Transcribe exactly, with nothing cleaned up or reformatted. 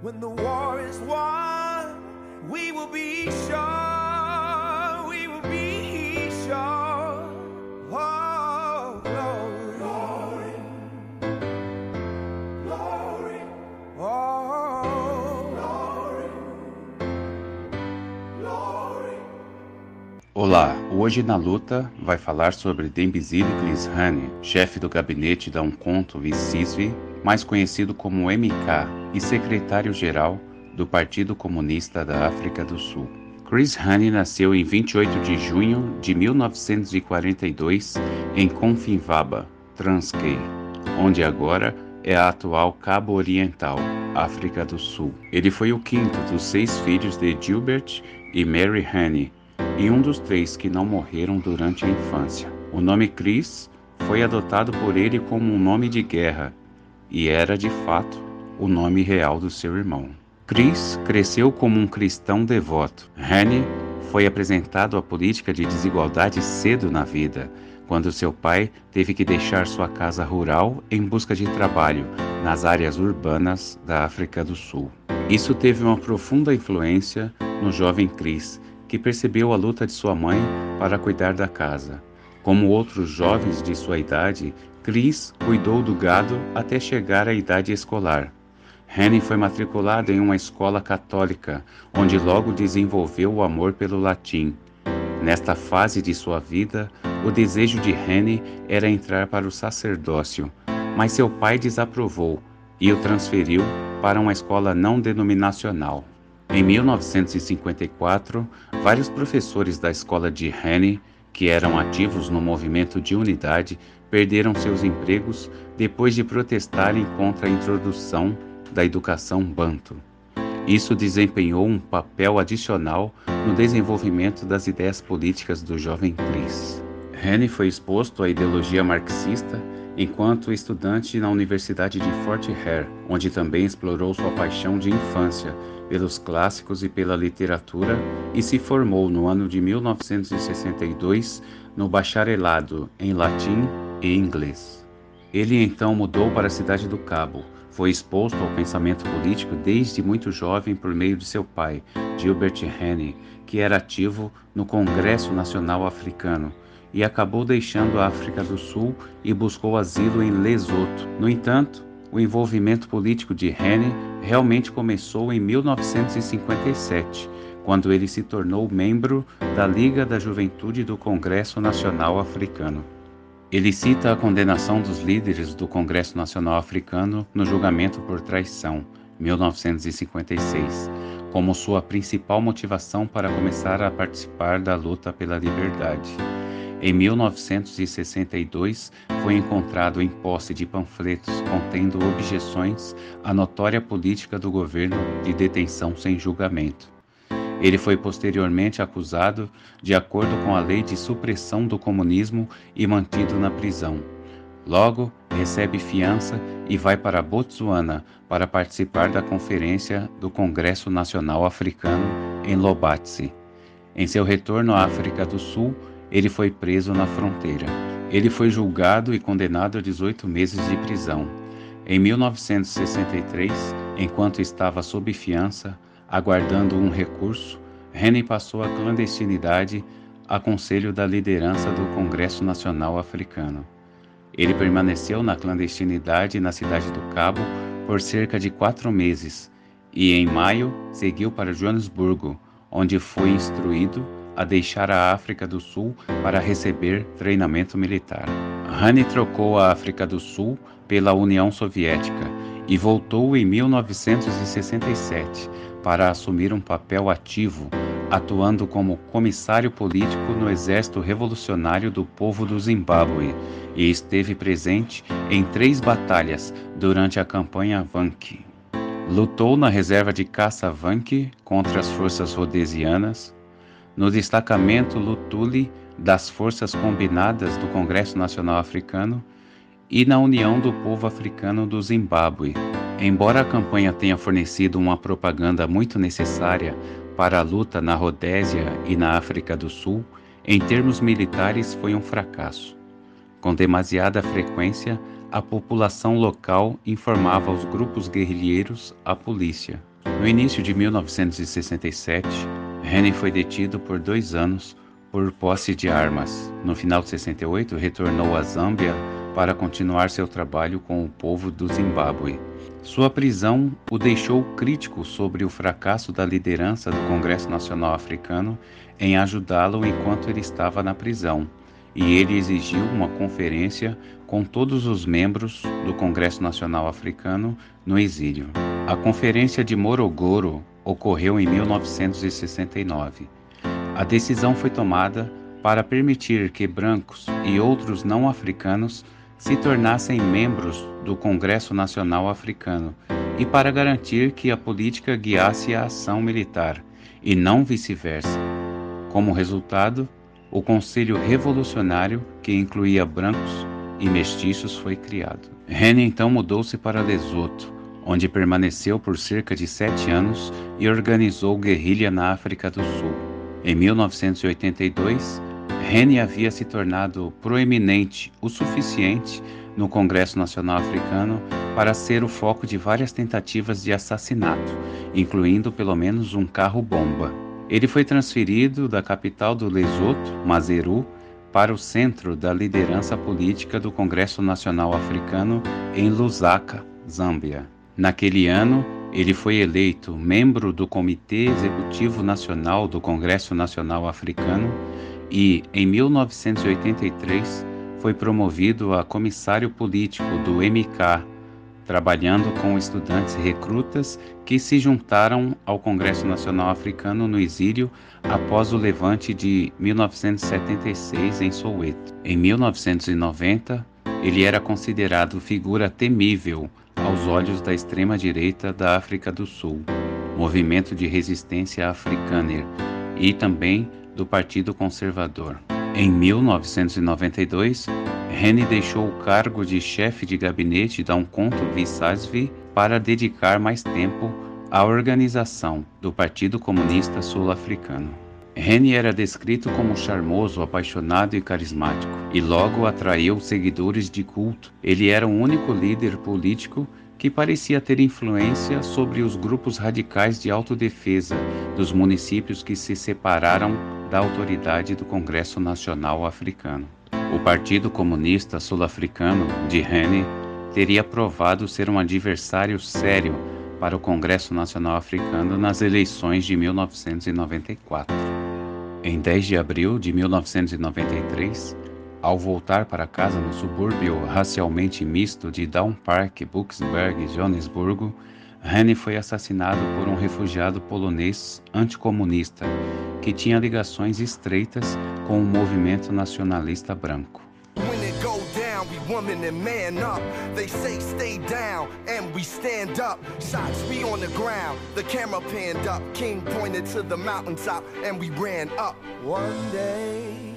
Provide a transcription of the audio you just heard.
When the war is won, we will be sure, we will be sure. Oh, glory, glory, glory. Oh, glory, glory. Olá, hoje na luta vai falar sobre Dembizile Glisrani, chefe do gabinete da Umkhonto we Sizwe, mais conhecido como M K, e secretário-geral do Partido Comunista da África do Sul. Glisrani nasceu em vinte e oito de junho de mil novecentos e quarenta e dois em Komfingaba, Transkei, onde agora é a atual Cabo Oriental, África do Sul. Ele foi o quinto dos seis filhos de Gilbert e Mary Hani, e um dos três que não morreram durante a infância. O nome Chris foi adotado por ele como um nome de guerra, e era, de fato, o nome real do seu irmão. Chris cresceu como um cristão devoto. Hani foi apresentado à política de desigualdade cedo na vida, quando seu pai teve que deixar sua casa rural em busca de trabalho nas áreas urbanas da África do Sul. Isso teve uma profunda influência no jovem Chris, que percebeu a luta de sua mãe para cuidar da casa. Como outros jovens de sua idade, Chris cuidou do gado até chegar à idade escolar. Hani foi matriculado em uma escola católica, onde logo desenvolveu o amor pelo latim. Nesta fase de sua vida, o desejo de Hani era entrar para o sacerdócio, mas seu pai desaprovou e o transferiu para uma escola não denominacional. Em mil novecentos e cinquenta e quatro, vários professores da escola de Hani, que eram ativos no movimento de unidade, perderam seus empregos depois de protestarem contra a introdução da educação banto. Isso desempenhou um papel adicional no desenvolvimento das ideias políticas do jovem Chris. Hani foi exposto à ideologia marxista enquanto estudante na Universidade de Fort Hare, onde também explorou sua paixão de infância pelos clássicos e pela literatura, e se formou no ano de mil novecentos e sessenta e dois no bacharelado em latim e inglês. Ele então mudou para a cidade do Cabo. Foi exposto ao pensamento político desde muito jovem por meio de seu pai, Gilbert Hani, que era ativo no Congresso Nacional Africano, e acabou deixando a África do Sul e buscou asilo em Lesoto. No entanto, o envolvimento político de Hani realmente começou em mil novecentos e cinquenta e sete, quando ele se tornou membro da Liga da Juventude do Congresso Nacional Africano. Ele cita a condenação dos líderes do Congresso Nacional Africano no julgamento por traição, mil novecentos e cinquenta e seis, como sua principal motivação para começar a participar da luta pela liberdade. Em mil novecentos e sessenta e dois, foi encontrado em posse de panfletos contendo objeções à notória política do governo de detenção sem julgamento. Ele foi posteriormente acusado de acordo com a lei de supressão do comunismo e mantido na prisão. Logo, recebe fiança e vai para Botsuana para participar da conferência do Congresso Nacional Africano em Lobatse. Em seu retorno à África do Sul, ele foi preso na fronteira. Ele foi julgado e condenado a dezoito meses de prisão. Em mil novecentos e sessenta e três, enquanto estava sob fiança, aguardando um recurso, Hani passou a clandestinidade a conselho da liderança do Congresso Nacional Africano. Ele permaneceu na clandestinidade na cidade do Cabo por cerca de quatro meses e, em maio, seguiu para Joanesburgo, onde foi instruído a deixar a África do Sul para receber treinamento militar. Hani trocou a África do Sul pela União Soviética e voltou em mil novecentos e sessenta e sete para assumir um papel ativo, atuando como comissário político no Exército Revolucionário do Povo do Zimbábue, e esteve presente em três batalhas durante a campanha Vanki. Lutou na reserva de caça Vanki contra as forças rhodesianas, no destacamento Lutuli das Forças Combinadas do Congresso Nacional Africano e na União do Povo Africano do Zimbábue. Embora a campanha tenha fornecido uma propaganda muito necessária para a luta na Rodésia e na África do Sul, em termos militares foi um fracasso. Com demasiada frequência, a população local informava aos grupos guerrilheiros a polícia. No início de mil novecentos e sessenta e sete, Henry foi detido por dois anos por posse de armas. No final de sessenta e oito, retornou à Zâmbia para continuar seu trabalho com o povo do Zimbábue. Sua prisão o deixou crítico sobre o fracasso da liderança do Congresso Nacional Africano em ajudá-lo enquanto ele estava na prisão, e ele exigiu uma conferência com todos os membros do Congresso Nacional Africano no exílio. A Conferência de Morogoro ocorreu em mil novecentos e sessenta e nove. A decisão foi tomada para permitir que brancos e outros não africanos se tornassem membros do Congresso Nacional Africano e para garantir que a política guiasse a ação militar e não vice-versa. Como resultado, o Conselho Revolucionário, que incluía brancos e mestiços, foi criado. Henry então mudou-se para Lesoto, onde permaneceu por cerca de sete anos e organizou guerrilha na África do Sul. Em mil novecentos e oitenta e dois, Henry havia se tornado proeminente o suficiente no Congresso Nacional Africano para ser o foco de várias tentativas de assassinato, incluindo pelo menos um carro-bomba. Ele foi transferido da capital do Lesoto, Maseru, para o centro da liderança política do Congresso Nacional Africano em Lusaka, Zâmbia. Naquele ano, ele foi eleito membro do Comitê Executivo Nacional do Congresso Nacional Africano e, em mil novecentos e oitenta e três, foi promovido a comissário político do M K, trabalhando com estudantes recrutas que se juntaram ao Congresso Nacional Africano no exílio após o levante de mil novecentos e setenta e seis em Soweto. Em mil novecentos e noventa, ele era considerado figura temível aos olhos da extrema-direita da África do Sul, movimento de resistência africâner, e também do Partido Conservador. Em mil novecentos e noventa e dois, Henry deixou o cargo de chefe de gabinete da Umkhonto we Sizwe para dedicar mais tempo à organização do Partido Comunista Sul-Africano. Henry era descrito como charmoso, apaixonado e carismático, e logo atraiu seguidores de culto. Ele era o único líder político que parecia ter influência sobre os grupos radicais de autodefesa dos municípios que se separaram da autoridade do Congresso Nacional Africano. O Partido Comunista Sul-Africano de Henry teria provado ser um adversário sério para o Congresso Nacional Africano nas eleições de mil novecentos e noventa e quatro. Em dez de abril de mil novecentos e noventa e três, ao voltar para casa no subúrbio racialmente misto de Down Park, Boksburg, Joanesburgo, Henry foi assassinado por um refugiado polonês anticomunista que tinha ligações estreitas com o movimento nacionalista branco. We woman and man up. They say stay down and we stand up. Shots we on the ground. The camera panned up. King pointed to the mountaintop and we ran up. One day